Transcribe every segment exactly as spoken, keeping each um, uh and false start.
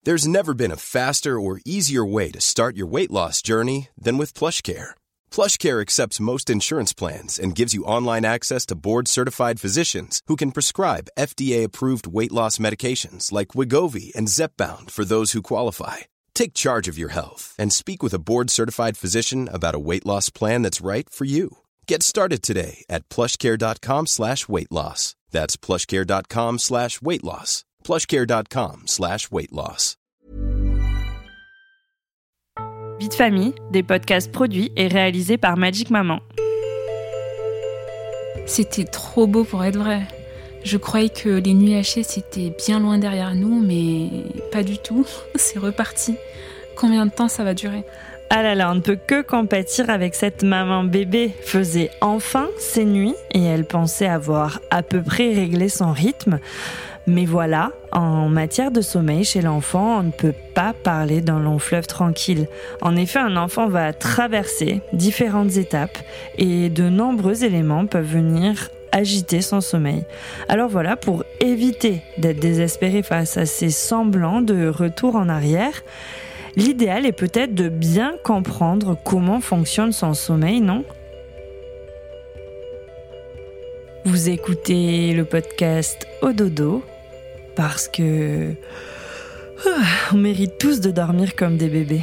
There's never been a faster or easier way to start your weight loss journey than with PlushCare. PlushCare accepts most insurance plans and gives you online access to board-certified physicians who can prescribe F D A-approved weight loss medications like Wegovy and Zepbound for those who qualify. Take charge of your health and speak with a board-certified physician about a weight loss plan that's right for you. Get started today at plushcare.com slash weight loss. That's plushcare.com slash weight loss. plushcare.com slash weight loss. Vie de famille, des podcasts produits et réalisés par Magic Maman. C'était trop beau pour être vrai. Je croyais que les nuits hachées, c'était bien loin derrière nous, mais pas du tout. C'est reparti. Combien de temps ça va durer ? Ah là là, on ne peut que compatir avec cette maman bébé. Faisait enfin ses nuits et elle pensait avoir à peu près réglé son rythme. Mais voilà, en matière de sommeil chez l'enfant, on ne peut pas parler d'un long fleuve tranquille. En effet, un enfant va traverser différentes étapes et de nombreux éléments peuvent venir agiter son sommeil. Alors voilà, pour éviter d'être désespéré face à ces semblants de retour en arrière, l'idéal est peut-être de bien comprendre comment fonctionne son sommeil, non ? Vous écoutez le podcast Au Dodo parce que on mérite tous de dormir comme des bébés.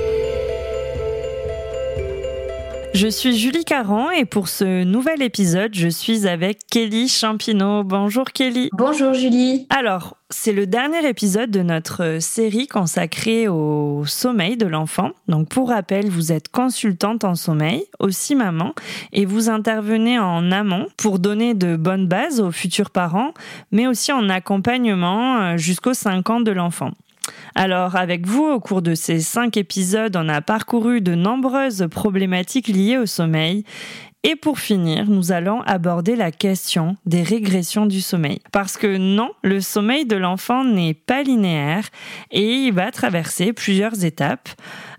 Je suis Julie Caron et pour ce nouvel épisode, je suis avec Kelly Champineau. Bonjour Kelly. Bonjour Julie. Alors, c'est le dernier épisode de notre série consacrée au sommeil de l'enfant. Donc pour rappel, vous êtes consultante en sommeil, aussi maman, et vous intervenez en amont pour donner de bonnes bases aux futurs parents, mais aussi en accompagnement jusqu'aux cinq ans de l'enfant. Alors, avec vous, au cours de ces cinq épisodes, on a parcouru de nombreuses problématiques liées au sommeil. Et pour finir, nous allons aborder la question des régressions du sommeil. Parce que non, le sommeil de l'enfant n'est pas linéaire et il va traverser plusieurs étapes.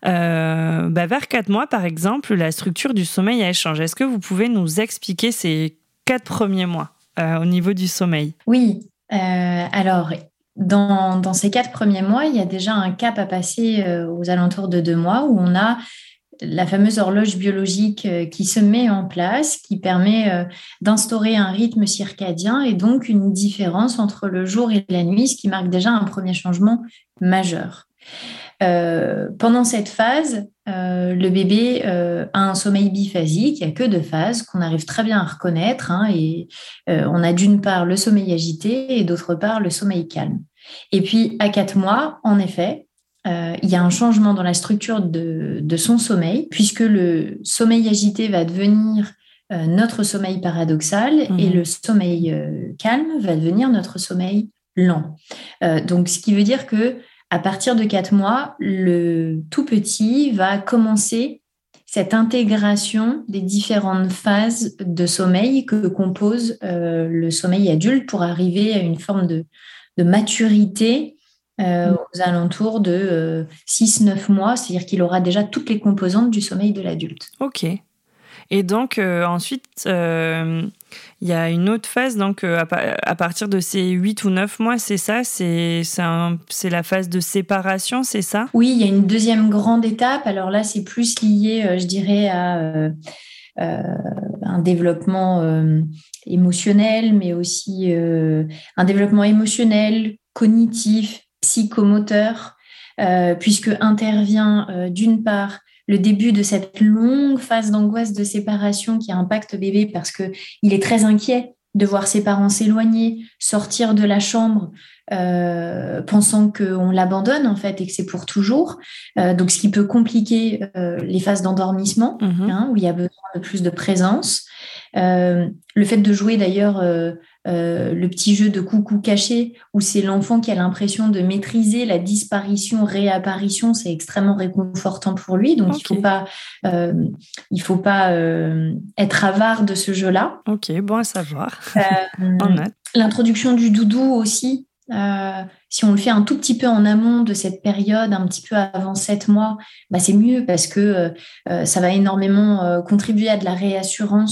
Euh, bah vers quatre mois, par exemple, la structure du sommeil elle change. Est-ce que vous pouvez nous expliquer ces quatre premiers mois euh, au niveau du sommeil ? Oui, euh, alors... Dans, dans ces quatre premiers mois, il y a déjà un cap à passer euh, aux alentours de deux mois où on a la fameuse horloge biologique euh, qui se met en place, qui permet euh, d'instaurer un rythme circadien et donc une différence entre le jour et la nuit, ce qui marque déjà un premier changement majeur. Euh, pendant cette phase, euh, le bébé euh, a un sommeil biphasique, il n'y a que deux phases qu'on arrive très bien à reconnaître hein, et euh, on a d'une part le sommeil agité et d'autre part le sommeil calme. Et puis à quatre mois, en effet, euh, il y a un changement dans la structure de, de son sommeil puisque le sommeil agité va devenir euh, notre sommeil paradoxal mmh. et le sommeil euh, calme va devenir notre sommeil lent. Euh, donc ce qui veut dire que à partir de quatre mois, le tout petit va commencer cette intégration des différentes phases de sommeil que compose euh, le sommeil adulte pour arriver à une forme de, de maturité euh, aux alentours de euh, six neuf mois, c'est-à-dire qu'il aura déjà toutes les composantes du sommeil de l'adulte. Ok. Et donc, euh, ensuite, euh, il y a une autre phase, donc euh, à, à partir de ces huit ou neuf mois, c'est ça, c'est, c'est, un, c'est la phase de séparation, c'est ça ? Oui, il y a une deuxième grande étape. Alors là, c'est plus lié, euh, je dirais, à euh, euh, un développement euh, émotionnel, mais aussi euh, un développement émotionnel, cognitif, psychomoteur, euh, puisque intervient euh, d'une part le début de cette longue phase d'angoisse de séparation qui impacte bébé parce qu'il est très inquiet de voir ses parents s'éloigner, sortir de la chambre, euh, pensant qu'on l'abandonne en fait et que c'est pour toujours. Euh, donc, ce qui peut compliquer euh, les phases d'endormissement, mmh. hein, où il y a besoin de plus de présence. Euh, le fait de jouer d'ailleurs euh, euh, le petit jeu de coucou caché, où c'est l'enfant qui a l'impression de maîtriser la disparition, réapparition, c'est extrêmement réconfortant pour lui. Donc, okay. il ne faut pas, euh, il faut pas euh, être avare de ce jeu-là. Ok, bon à savoir. Euh, l'introduction du doudou aussi. Euh, si on le fait un tout petit peu en amont de cette période, un petit peu avant sept mois, bah c'est mieux parce que euh, ça va énormément euh, contribuer à de la réassurance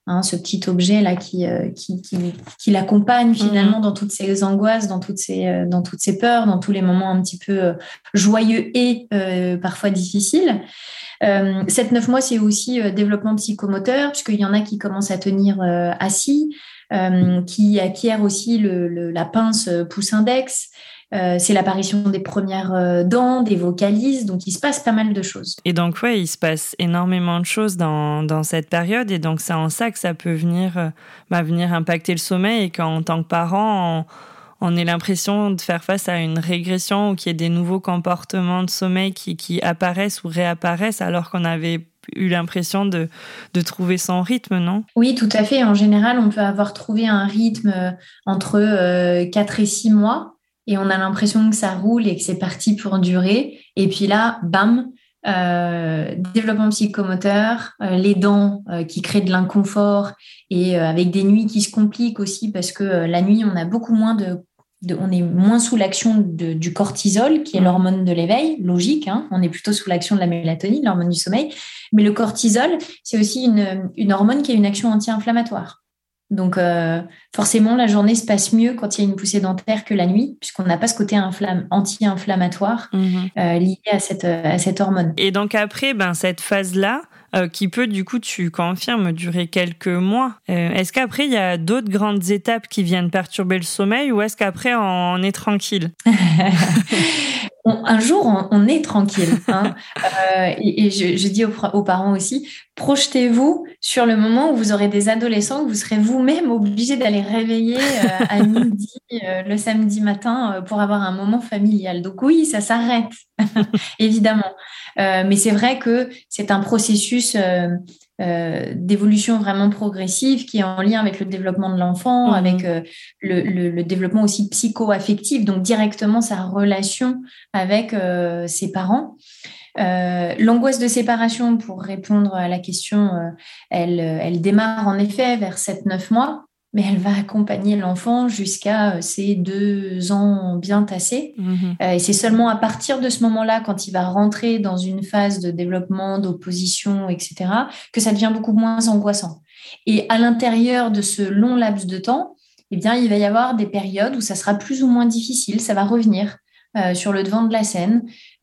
hein, ce petit objet-là qui, euh, qui, qui, qui l'accompagne finalement mmh. dans toutes ses angoisses, dans toutes ses, euh, dans toutes ses peurs, dans tous les moments un petit peu euh, joyeux et euh, parfois difficiles. Euh, sept neuf mois, c'est aussi euh, développement psychomoteur, puisqu'il y en a qui commencent à tenir euh, assis, euh, qui acquièrent aussi le, le, la pince pouce-index. Euh, c'est l'apparition des premières euh, dents, des vocalises, donc il se passe pas mal de choses. Et donc, ouais, il se passe énormément de choses dans, dans cette période, et donc c'est en ça que ça peut venir, euh, bah, venir impacter le sommeil, et qu'en tant que parent, on, on ait l'impression de faire face à une régression ou qu'il y ait des nouveaux comportements de sommeil qui, qui apparaissent ou réapparaissent alors qu'on avait eu l'impression de, de trouver son rythme, non ? Oui, tout à fait. En général, on peut avoir trouvé un rythme entre euh, quatre et six mois. Et on a l'impression que ça roule et que c'est parti pour durer. Et puis là, bam, euh, développement psychomoteur, euh, les dents euh, qui créent de l'inconfort et euh, avec des nuits qui se compliquent aussi parce que euh, la nuit, on a beaucoup moins de, de on est moins sous l'action de, du cortisol, qui est l'hormone de l'éveil, logique. Hein, on est plutôt sous l'action de la mélatonine, l'hormone du sommeil. Mais le cortisol, c'est aussi une, une hormone qui a une action anti-inflammatoire. Donc, euh, forcément, la journée se passe mieux quand il y a une poussée dentaire que la nuit, puisqu'on n'a pas ce côté inflamm- anti-inflammatoire mmh. euh, lié à cette, à cette hormone. Et donc après, ben, cette phase-là, euh, qui peut, du coup, tu confirmes, durer quelques mois, euh, est-ce qu'après, il y a d'autres grandes étapes qui viennent perturber le sommeil, ou est-ce qu'après, on est tranquille ? on, Un jour, on, on est tranquille. Hein. euh, et et je, je dis aux, aux parents aussi, projetez-vous sur le moment où vous aurez des adolescents, que vous serez vous-même obligés d'aller réveiller euh, à midi euh, le samedi matin euh, pour avoir un moment familial. Donc oui, ça s'arrête, évidemment. Euh, mais c'est vrai que c'est un processus euh, euh, d'évolution vraiment progressive qui est en lien avec le développement de l'enfant, mmh. avec euh, le, le, le développement aussi psycho-affectif, donc directement sa relation avec euh, ses parents. Euh, l'angoisse de séparation, pour répondre à la question, euh, elle, elle démarre en effet vers sept neuf mois, mais elle va accompagner l'enfant jusqu'à euh, ses deux ans bien tassés. Mmh. Euh, et c'est seulement à partir de ce moment-là, quand il va rentrer dans une phase de développement, d'opposition, et cetera, que ça devient beaucoup moins angoissant. Et à l'intérieur de ce long laps de temps, eh bien, il va y avoir des périodes où ça sera plus ou moins difficile, ça va revenir. Euh, sur le devant de la scène,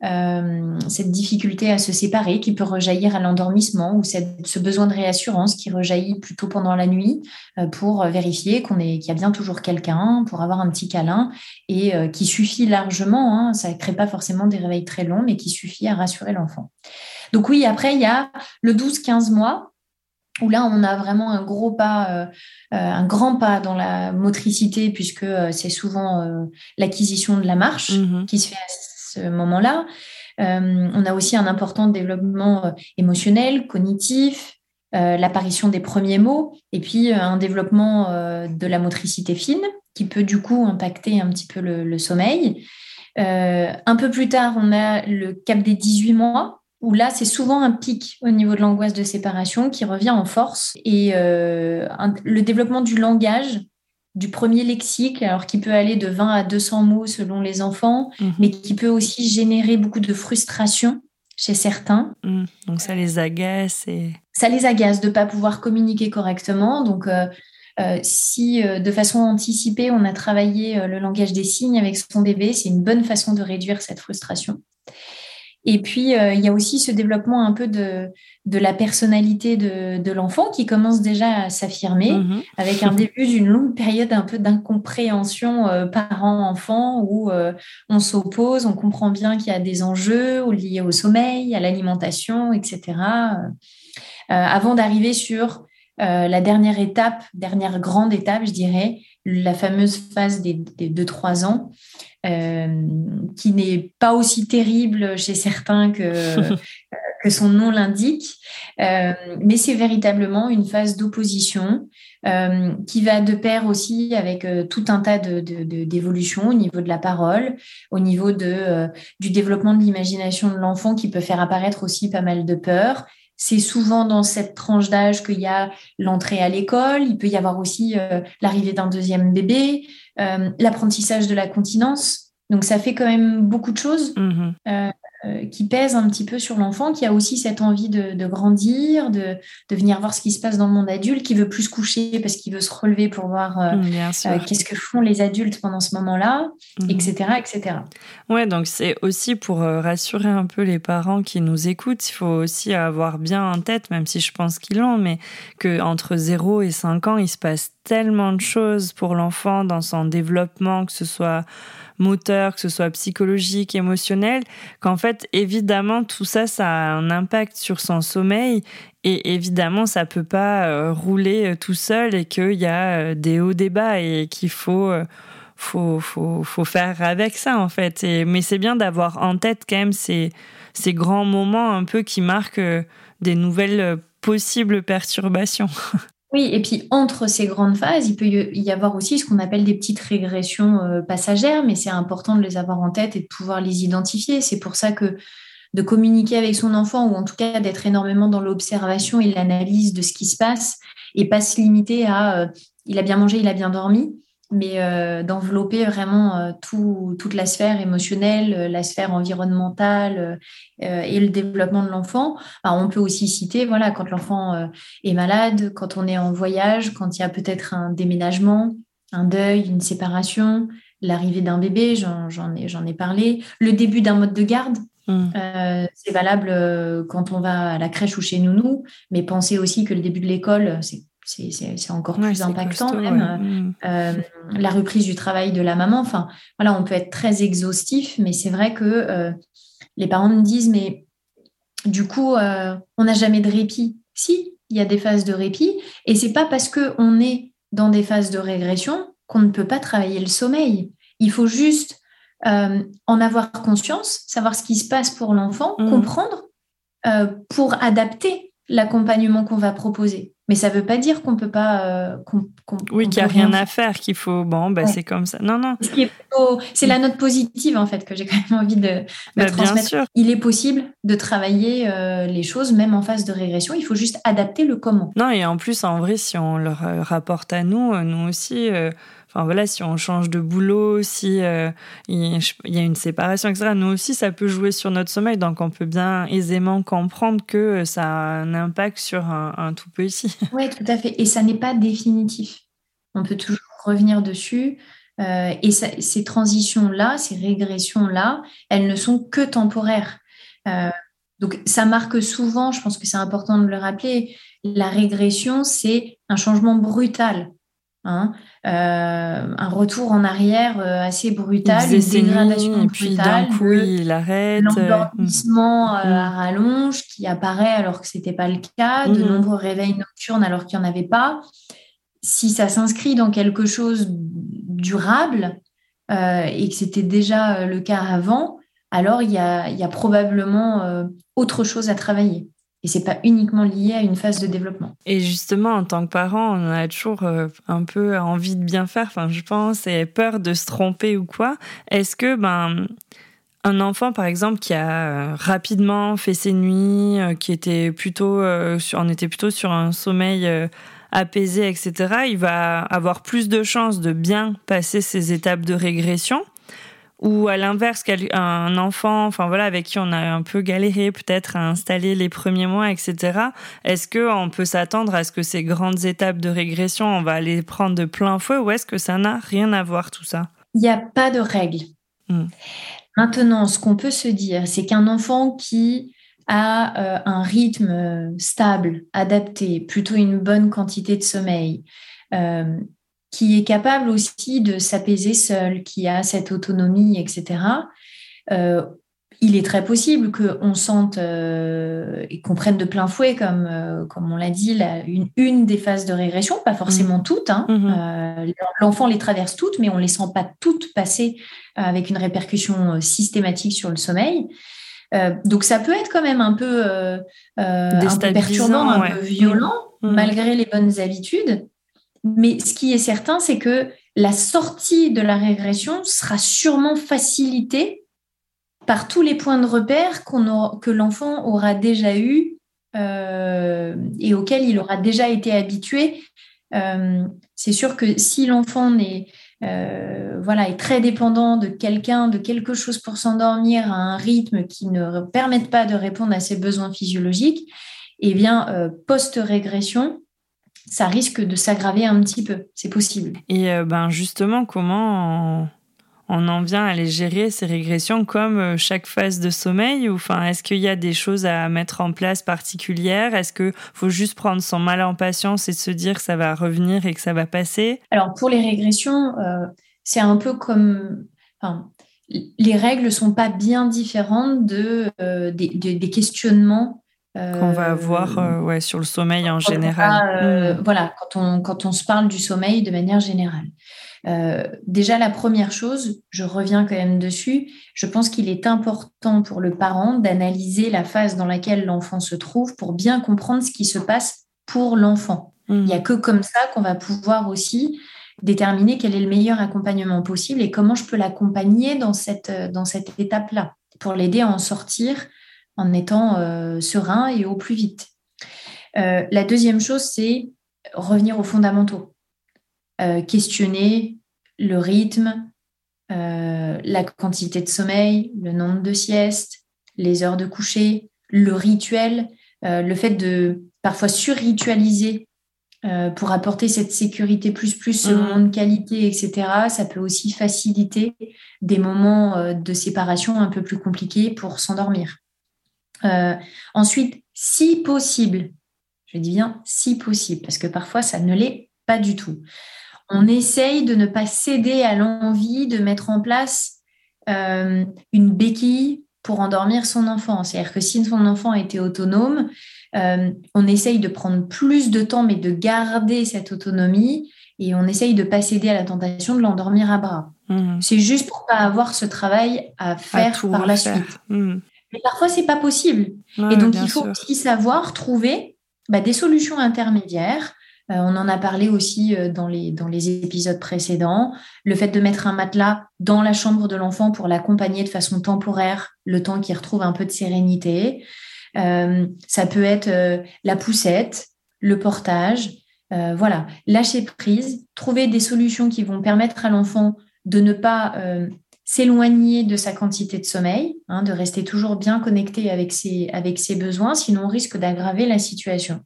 euh, cette difficulté à se séparer qui peut rejaillir à l'endormissement ou cette, ce besoin de réassurance qui rejaillit plutôt pendant la nuit euh, pour vérifier qu'on est, qu'il y a bien toujours quelqu'un, pour avoir un petit câlin et euh, qui suffit largement, hein, ça ne crée pas forcément des réveils très longs, mais qui suffit à rassurer l'enfant. Donc oui, après, il y a le douze quinze mois, où là, on a vraiment un gros pas, euh, un grand pas dans la motricité, puisque euh, c'est souvent euh, l'acquisition de la marche mmh. qui se fait à ce moment-là. Euh, on a aussi un important développement euh, émotionnel, cognitif, euh, l'apparition des premiers mots, et puis euh, un développement euh, de la motricité fine, qui peut du coup impacter un petit peu le, le sommeil. Euh, un peu plus tard, on a le cap des dix-huit mois, où là, c'est souvent un pic au niveau de l'angoisse de séparation qui revient en force. Et euh, un, le développement du langage, du premier lexique, alors qui peut aller de vingt à deux cents mots selon les enfants, mmh. mais qui peut aussi générer beaucoup de frustration chez certains. Mmh. Donc ça les agace. Et... Ça les agace de ne pas pouvoir communiquer correctement. Donc... Euh, Euh, si euh, de façon anticipée, on a travaillé euh, le langage des signes avec son bébé, c'est une bonne façon de réduire cette frustration. Et puis, euh, il y a aussi ce développement un peu de, de la personnalité de, de l'enfant qui commence déjà à s'affirmer mmh. avec un début d'une longue période un peu d'incompréhension euh, parent-enfant où euh, on s'oppose, on comprend bien qu'il y a des enjeux liés au sommeil, à l'alimentation, et cetera. Euh, avant d'arriver sur Euh, la dernière étape, dernière grande étape, je dirais, la fameuse phase des, des deux trois ans, euh, qui n'est pas aussi terrible chez certains que, euh, que son nom l'indique, euh, mais c'est véritablement une phase d'opposition euh, qui va de pair aussi avec euh, tout un tas de, de, de, d'évolutions au niveau de la parole, au niveau de, euh, du développement de l'imagination de l'enfant qui peut faire apparaître aussi pas mal de peur. C'est souvent dans cette tranche d'âge qu'il y a l'entrée à l'école. Il peut y avoir aussi euh, l'arrivée d'un deuxième bébé, euh, l'apprentissage de la continence. Donc, ça fait quand même beaucoup de choses. Mmh. Euh, euh, qui pèse un petit peu sur l'enfant, qui a aussi cette envie de, de grandir, de, de venir voir ce qui se passe dans le monde adulte, qui veut plus se coucher parce qu'il veut se relever pour voir euh, euh, qu'est-ce que font les adultes pendant ce moment-là, mmh. et cetera, et cetera. Ouais, donc c'est aussi pour rassurer un peu les parents qui nous écoutent, il faut aussi avoir bien en tête, même si je pense qu'ils l'ont, mais qu'entre zéro et cinq ans, il se passe tellement de choses pour l'enfant dans son développement, que ce soit moteur, que ce soit psychologique, émotionnel, qu'en fait, évidemment, tout ça, ça a un impact sur son sommeil et évidemment, ça peut pas euh, rouler euh, tout seul et qu'il y a euh, des hauts, des bas et qu'il faut, euh, faut, faut, faut faire avec ça, en fait. Et, mais c'est bien d'avoir en tête quand même ces, ces grands moments un peu qui marquent euh, des nouvelles euh, possibles perturbations. Oui, et puis entre ces grandes phases, il peut y avoir aussi ce qu'on appelle des petites régressions euh, passagères, mais c'est important de les avoir en tête et de pouvoir les identifier. C'est pour ça que de communiquer avec son enfant, ou en tout cas d'être énormément dans l'observation et l'analyse de ce qui se passe, et pas se limiter à euh, « il a bien mangé, il a bien dormi », mais euh, d'envelopper vraiment euh, tout, toute la sphère émotionnelle, euh, la sphère environnementale euh, et le développement de l'enfant. Alors, on peut aussi citer, voilà, quand l'enfant euh, est malade, quand on est en voyage, quand il y a peut-être un déménagement, un deuil, une séparation, l'arrivée d'un bébé, j'en, j'en, ai, j'en ai parlé, le début d'un mode de garde. Mmh. Euh, c'est valable euh, quand on va à la crèche ou chez nounou, mais pensez aussi que le début de l'école, c'est C'est, c'est, c'est encore ouais, plus impactant costaud, même. Ouais. Euh, la reprise du travail de la maman, enfin, voilà, on peut être très exhaustif, mais c'est vrai que euh, les parents me disent, mais du coup, euh, on n'a jamais de répit. Si, il y a des phases de répit, et c'est pas parce qu'on est dans des phases de régression qu'on ne peut pas travailler le sommeil. Il faut juste euh, en avoir conscience, savoir ce qui se passe pour l'enfant, mmh. comprendre euh, pour adapter l'accompagnement qu'on va proposer. Mais ça ne veut pas dire qu'on ne peut pas... Euh, qu'on, qu'on, oui, qu'on qu'il n'y a rien à faire, qu'il faut... Bon, bah, ouais. c'est comme ça. Non, non. Ce qui est plutôt, c'est la note positive, en fait, que j'ai quand même envie de, de bah, transmettre. Bien sûr. Il est possible de travailler euh, les choses, même en phase de régression. Il faut juste adapter le comment. Non, et en plus, en vrai, si on le rapporte à nous, nous aussi... Euh, Enfin, voilà, si on change de boulot, si euh, il y a une séparation, et cetera, nous aussi, ça peut jouer sur notre sommeil. Donc, on peut bien aisément comprendre que ça a un impact sur un, un tout petit. Oui, tout à fait. Et ça n'est pas définitif. On peut toujours revenir dessus. Euh, et ça, ces transitions-là, ces régressions-là, elles ne sont que temporaires. Euh, donc, ça marque souvent, je pense que c'est important de le rappeler, la régression, c'est un changement brutal. Hein, euh, un retour en arrière euh, assez brutal, une dégradation et puis brutale, d'un coup il arrête, l'endormissement euh, mmh. à rallonge qui apparaît alors que c'était pas le cas, de mmh. nombreux réveils nocturnes alors qu'il n'y en avait pas. Si ça s'inscrit dans quelque chose durable euh, et que c'était déjà le cas avant, alors il y a, il y a probablement euh, autre chose à travailler. Et ce n'est pas uniquement lié à une phase de développement. Et justement, en tant que parent, on a toujours euh, un peu envie de bien faire, enfin, je pense, et peur de se tromper ou quoi. Est-ce que ben, un enfant, par exemple, qui a euh, rapidement fait ses nuits, euh, qui était plutôt, euh, sur, on était plutôt sur un sommeil euh, apaisé, et cetera, il va avoir plus de chances de bien passer ses étapes de régression? Ou à l'inverse, un enfant, enfin voilà, avec qui on a un peu galéré peut-être à installer les premiers mois, et cetera. Est-ce qu'on peut s'attendre à ce que ces grandes étapes de régression, on va les prendre de plein fouet, ou est-ce que ça n'a rien à voir tout ça? Il n'y a pas de règle. Mmh. Maintenant, ce qu'on peut se dire, c'est qu'un enfant qui a euh, un rythme stable, adapté, plutôt une bonne quantité de sommeil, euh, qui est capable aussi de s'apaiser seul, qui a cette autonomie, et cetera, euh, il est très possible qu'on sente euh, et qu'on prenne de plein fouet, comme, euh, comme on l'a dit, la, une, une des phases de régression, pas forcément mmh. toutes. Hein. Mmh. Euh, l'enfant les traverse toutes, mais on ne les sent pas toutes passer avec une répercussion systématique sur le sommeil. Euh, donc, ça peut être quand même un peu, euh, un peu perturbant, un ouais. peu violent, mmh. malgré les bonnes habitudes. Mais ce qui est certain, c'est que la sortie de la régression sera sûrement facilitée par tous les points de repère qu'on aura, que l'enfant aura déjà eu euh, et auxquels il aura déjà été habitué. Euh, c'est sûr que si l'enfant n'est, euh, voilà, est très dépendant de quelqu'un, de quelque chose pour s'endormir à un rythme qui ne permette pas de répondre à ses besoins physiologiques, eh bien, euh, post-régression, ça risque de s'aggraver un petit peu. C'est possible. Et euh, ben justement, comment on, on en vient à les gérer, ces régressions, comme chaque phase de sommeil? Ou, enfin, est-ce qu'il y a des choses à mettre en place particulières? Est-ce qu'il faut juste prendre son mal en patience et se dire que ça va revenir et que ça va passer? Alors, pour les régressions, euh, c'est un peu comme... Enfin, les règles ne sont pas bien différentes de, euh, des, des, des questionnements qu'on va avoir euh, ouais, sur le sommeil en quand général. On a, euh, mmh. Voilà, quand on, quand on se parle du sommeil de manière générale. Euh, déjà, la première chose, je reviens quand même dessus, je pense qu'il est important pour le parent d'analyser la phase dans laquelle l'enfant se trouve pour bien comprendre ce qui se passe pour l'enfant. Mmh. Il n'y a que comme ça qu'on va pouvoir aussi déterminer quel est le meilleur accompagnement possible et comment je peux l'accompagner dans cette, dans cette étape-là pour l'aider à en sortir en étant euh, serein et au plus vite. Euh, la deuxième chose, c'est revenir aux fondamentaux. Euh, questionner le rythme, euh, la quantité de sommeil, le nombre de siestes, les heures de coucher, le rituel, euh, le fait de parfois sur-ritualiser euh, pour apporter cette sécurité plus plus, ce moment de qualité, et cetera. Ça peut aussi faciliter des moments euh, de séparation un peu plus compliqués pour s'endormir. Euh, ensuite, si possible, je dis bien si possible, parce que parfois ça ne l'est pas du tout. On essaye de ne pas céder à l'envie de mettre en place euh, une béquille pour endormir son enfant. C'est-à-dire que si son enfant était autonome, euh, on essaye de prendre plus de temps, mais de garder cette autonomie, et on essaye de ne pas céder à la tentation de l'endormir à bras. Mmh. C'est juste pour ne pas avoir ce travail à faire à par refaire. La suite. Mmh. Mais parfois, ce n'est pas possible. Ouais, et donc, il faut sûr. aussi savoir trouver bah, des solutions intermédiaires. Euh, on en a parlé aussi euh, dans, les, dans les épisodes précédents. Le fait de mettre un matelas dans la chambre de l'enfant pour l'accompagner de façon temporaire, le temps qu'il retrouve un peu de sérénité. Euh, ça peut être euh, la poussette, le portage. Euh, voilà, lâcher prise, trouver des solutions qui vont permettre à l'enfant de ne pas... Euh, s'éloigner de sa quantité de sommeil, hein, de rester toujours bien connecté avec ses, avec ses besoins, sinon on risque d'aggraver la situation.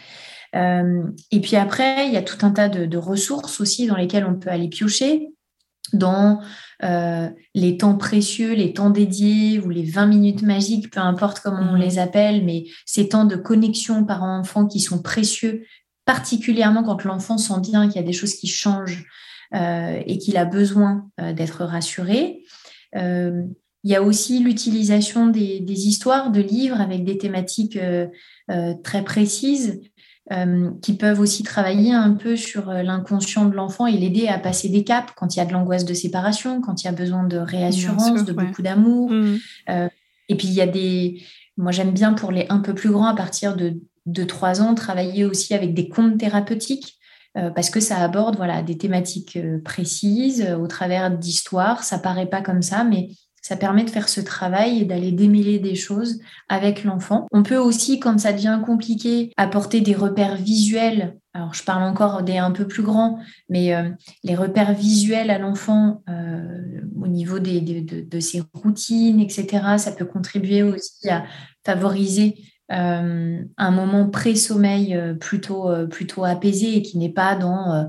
Euh, et puis après, il y a tout un tas de, de ressources aussi dans lesquelles on peut aller piocher, dans euh, les temps précieux, les temps dédiés ou les vingt minutes magiques, peu importe comment on les appelle, mais ces temps de connexion parent-enfant qui sont précieux, particulièrement quand l'enfant sent bien qu'il y a des choses qui changent, Euh, et qu'il a besoin euh, d'être rassuré. Euh, il y a aussi l'utilisation des, des histoires, de livres avec des thématiques euh, euh, très précises euh, qui peuvent aussi travailler un peu sur l'inconscient de l'enfant et l'aider à passer des caps quand il y a de l'angoisse de séparation, quand il y a besoin de réassurance, sûr, de ouais. beaucoup d'amour. Mmh. Euh, et puis, il y a des... Moi, j'aime bien pour les un peu plus grands, à partir de, de trois ans, travailler aussi avec des contes thérapeutiques. Euh, parce que ça aborde voilà, des thématiques euh, précises euh, au travers d'histoires. Ça paraît pas comme ça, mais ça permet de faire ce travail et d'aller démêler des choses avec l'enfant. On peut aussi, quand ça devient compliqué, apporter des repères visuels. Alors, je parle encore des un peu plus grands, mais euh, les repères visuels à l'enfant euh, au niveau des, de, de, de ses routines, et cetera, ça peut contribuer aussi à favoriser Euh, un moment pré-sommeil euh, plutôt, euh, plutôt apaisé et qui n'est pas dans euh,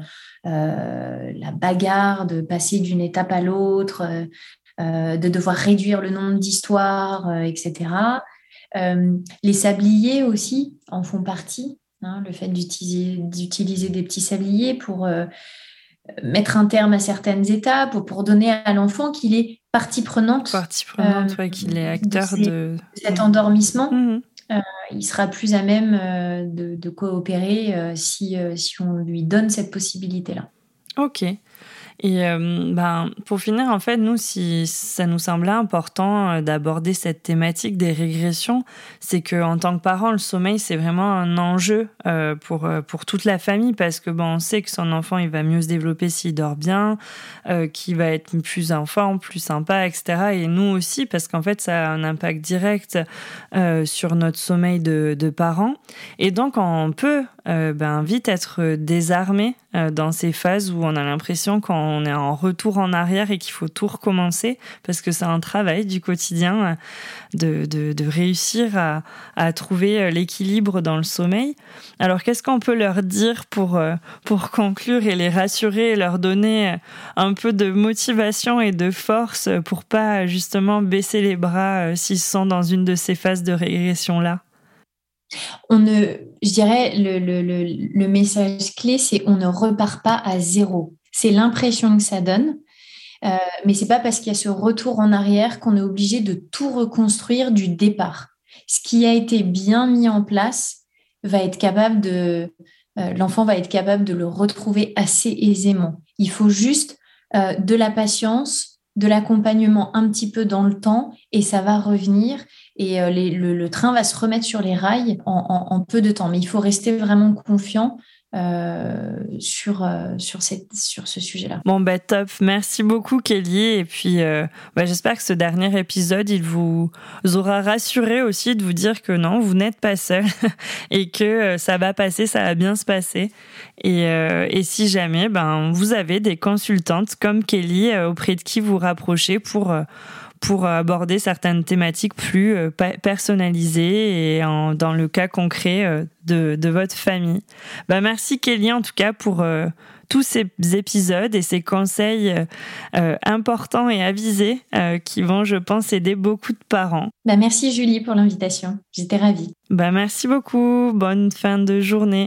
euh, la bagarre de passer d'une étape à l'autre, euh, euh, de devoir réduire le nombre d'histoires, euh, et cetera. Euh, les sabliers aussi en font partie, hein, le fait d'utiliser, d'utiliser des petits sabliers pour euh, mettre un terme à certaines étapes, pour, pour donner à l'enfant qu'il est partie prenante, partie prenante euh, ouais, qu'il est acteur de, ces, de... de cet endormissement. Mmh. Euh, il sera plus à même euh, de, de coopérer euh, si, euh, si on lui donne cette possibilité-là. Ok. Et euh, ben, pour finir, en fait, nous, si ça nous semblait important d'aborder cette thématique des régressions, c'est qu'en tant que parent, le sommeil, c'est vraiment un enjeu euh, pour, pour toute la famille parce que bon, on sait que son enfant, il va mieux se développer s'il dort bien, euh, qu'il va être plus en forme, plus sympa, et cetera. Et nous aussi, parce qu'en fait, ça a un impact direct euh, sur notre sommeil de, de parents. Et donc, on peut euh, ben, vite être désarmé euh, dans ces phases où on a l'impression qu'on est en retour en arrière et qu'il faut tout recommencer, parce que c'est un travail du quotidien euh, de, de, de réussir à, à trouver l'équilibre dans le sommeil. Alors, qu'est-ce qu'on peut leur dire pour, euh, pour conclure et les rassurer et leur donner un peu de motivation et de force pour pas justement baisser les bras euh, s'ils sont dans une de ces phases de régression-là? On ne, je dirais, le, le, le, le message clé, c'est on ne repart pas à zéro. C'est l'impression que ça donne, euh, mais c'est pas parce qu'il y a ce retour en arrière qu'on est obligé de tout reconstruire du départ. Ce qui a été bien mis en place va être capable de, euh, l'enfant va être capable de le retrouver assez aisément. Il faut juste euh, de la patience, de l'accompagnement un petit peu dans le temps, et ça va revenir. Et euh, les, le, le train va se remettre sur les rails en, en, en peu de temps. Mais il faut rester vraiment confiant euh, sur, euh, sur, cette, sur ce sujet-là. Bon, bah top. Merci beaucoup, Kelly. Et puis, euh, bah, j'espère que ce dernier épisode, il vous aura rassuré aussi de vous dire que non, vous n'êtes pas seul et que euh, ça va passer, ça va bien se passer. Et, euh, et si jamais, ben, vous avez des consultantes comme Kelly euh, auprès de qui vous rapprocher pour... Euh, pour aborder certaines thématiques plus euh, personnalisées et en, dans le cas concret euh, de, de votre famille. Bah, merci Kelly en tout cas pour euh, tous ces épisodes et ces conseils euh, importants et avisés euh, qui vont, je pense, aider beaucoup de parents. Bah, merci Julie pour l'invitation, j'étais ravie. Bah, merci beaucoup, bonne fin de journée.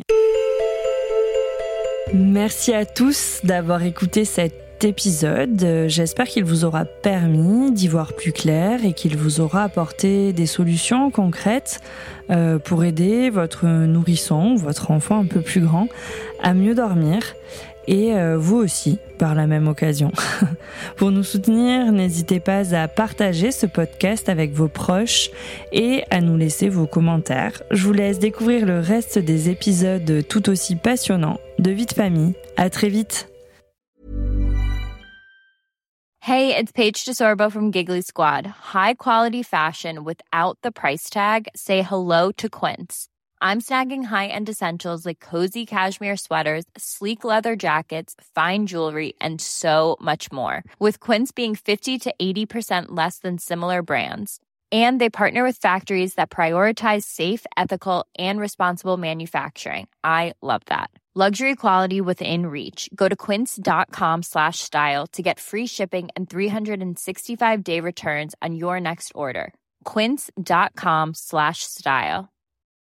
Merci à tous d'avoir écouté cette épisode. J'espère qu'il vous aura permis d'y voir plus clair et qu'il vous aura apporté des solutions concrètes euh, pour aider votre nourrisson ou votre enfant un peu plus grand à mieux dormir et euh, vous aussi par la même occasion. Pour nous soutenir, n'hésitez pas à partager ce podcast avec vos proches et à nous laisser vos commentaires. Je vous laisse découvrir le reste des épisodes tout aussi passionnants de Vie de famille. À très vite. Hey, it's Paige DeSorbo from Giggly Squad. High quality fashion without the price tag. Say hello to Quince. I'm snagging high-end essentials like cozy cashmere sweaters, sleek leather jackets, fine jewelry, and so much more. With Quince being fifty to eighty percent less than similar brands. And they partner with factories that prioritize safe, ethical, and responsible manufacturing. I love that. Luxury quality within reach. Go to quince.com slash style to get free shipping and three sixty-five day returns on your next order. Quince.com slash style.